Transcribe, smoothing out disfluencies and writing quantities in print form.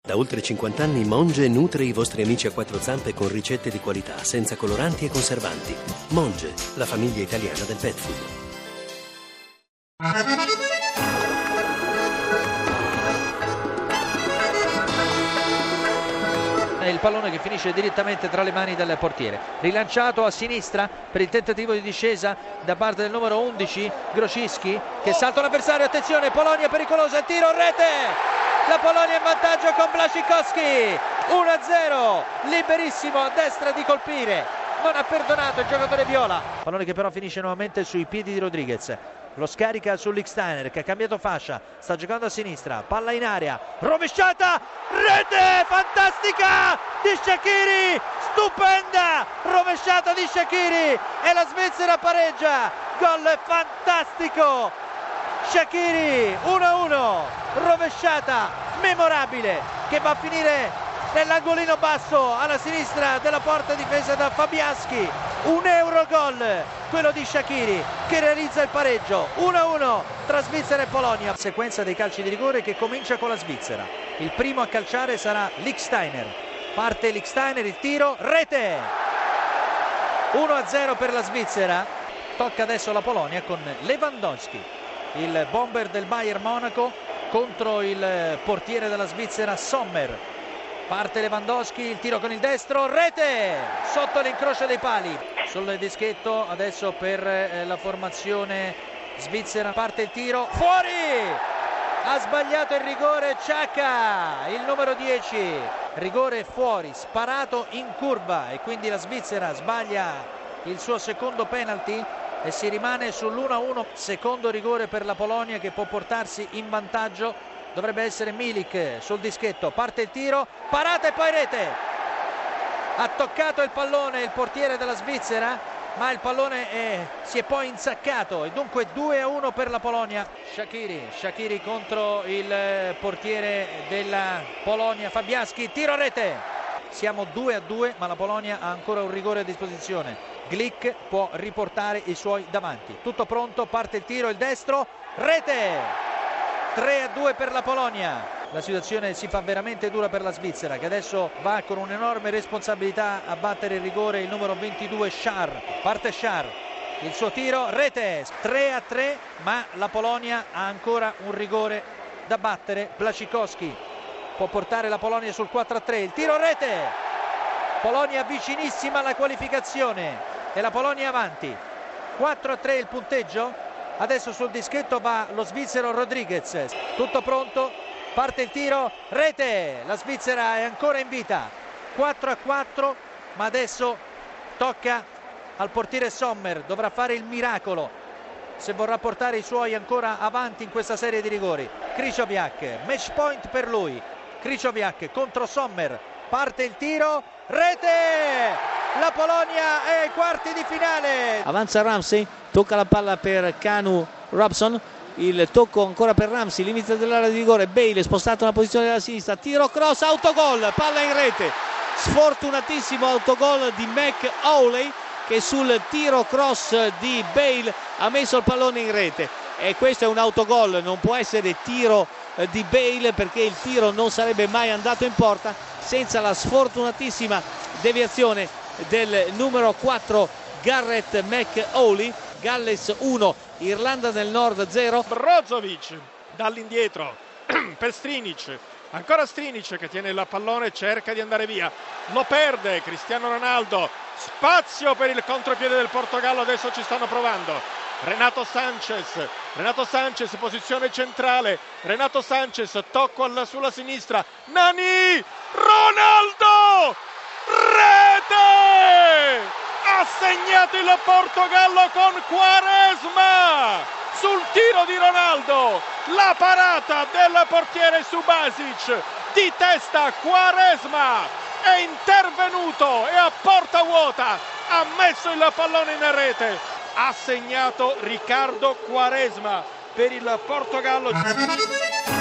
Da oltre 50 anni Monge nutre i vostri amici a quattro zampe con ricette di qualità, senza coloranti e conservanti. Monge, la famiglia italiana del pet food. Il pallone che finisce direttamente tra le mani del portiere, rilanciato a sinistra per il tentativo di discesa da parte del numero 11 Grosicki, che salta l'avversario. Attenzione, Polonia pericolosa, il tiro, rete, la Polonia in vantaggio con Błaszczykowski, 1-0, liberissimo a destra di colpire, non ha perdonato il giocatore viola. Pallone che però finisce nuovamente sui piedi di Rodriguez, lo scarica su Lichtsteiner che ha cambiato fascia, sta giocando a sinistra, palla in aria, rovesciata, rete fantastica di Shaqiri, stupenda rovesciata di Shaqiri e la Svizzera pareggia, gol fantastico, Shaqiri 1-1, rovesciata memorabile che va a finire nell'angolino basso alla sinistra della porta difesa da Fabianski. Un Eurogol quello di Shaqiri che realizza il pareggio, 1-1 tra Svizzera e Polonia. Sequenza dei calci di rigore che comincia con la Svizzera. Il primo a calciare sarà Lichtsteiner, parte Lichtsteiner, il tiro, rete, 1-0 per la Svizzera. Tocca adesso la Polonia con Lewandowski, il bomber del Bayern Monaco, contro il portiere della Svizzera Sommer. Parte Lewandowski, il tiro con il destro, rete sotto l'incrocio dei pali. Sul dischetto adesso per la formazione svizzera, parte il tiro, fuori! Ha sbagliato il rigore Xhaka, il numero 10. Rigore fuori, sparato in curva, e quindi la Svizzera sbaglia il suo secondo penalty e si rimane sull'1-1. Secondo rigore per la Polonia che può portarsi in vantaggio. Dovrebbe essere Milik sul dischetto, parte il tiro, parata e poi rete. Ha toccato il pallone il portiere della Svizzera, ma il pallone si è poi insaccato e dunque 2-1 per la Polonia. Shaqiri contro il portiere della Polonia Fabianski, tiro rete. Siamo 2-2, ma la Polonia ha ancora un rigore a disposizione. Glick può riportare i suoi davanti. Tutto pronto, parte il tiro, il destro, rete. 3-2 per la Polonia. La situazione si fa veramente dura per la Svizzera, che adesso va con un'enorme responsabilità a battere il rigore il numero 22 Schär. Parte Schär, il suo tiro, rete, 3-3, ma la Polonia ha ancora un rigore da battere. Błaszczykowski può portare la Polonia sul 4-3, il tiro, rete. Polonia vicinissima alla qualificazione e la Polonia avanti. 4-3 il punteggio. Adesso sul dischetto va lo svizzero Rodriguez, tutto pronto, parte il tiro, rete, la Svizzera è ancora in vita, 4-4, ma adesso tocca al portiere Sommer, dovrà fare il miracolo se vorrà portare i suoi ancora avanti in questa serie di rigori. Krychowiak, match point per lui, Krychowiak contro Sommer, parte il tiro, rete! La Polonia è ai quarti di finale. Avanza Ramsey, tocca la palla per Kanu Robson, il tocco ancora per Ramsey, limite dell'area di rigore, Bale spostato nella posizione della sinistra, tiro, cross, autogol, palla in rete, sfortunatissimo autogol di McAuley che sul tiro cross di Bale ha messo il pallone in rete, e questo è un autogol, non può essere tiro di Bale perché il tiro non sarebbe mai andato in porta senza la sfortunatissima deviazione del numero 4 Gareth McAuley. Galles 1, Irlanda del Nord 0. Brozovic dall'indietro per Strinic, ancora Strinic che tiene il pallone, cerca di andare via, lo perde Cristiano Ronaldo, spazio per il contropiede del Portogallo, adesso ci stanno provando. Renato Sanchez posizione centrale, Renato Sanchez, tocco sulla sinistra, Nani, Ronaldo, rete! Ha segnato il Portogallo con Quaresma sul tiro di Ronaldo, la parata del portiere Subasic, di testa Quaresma è intervenuto e a porta vuota ha messo il pallone in rete, ha segnato Ricardo Quaresma per il Portogallo.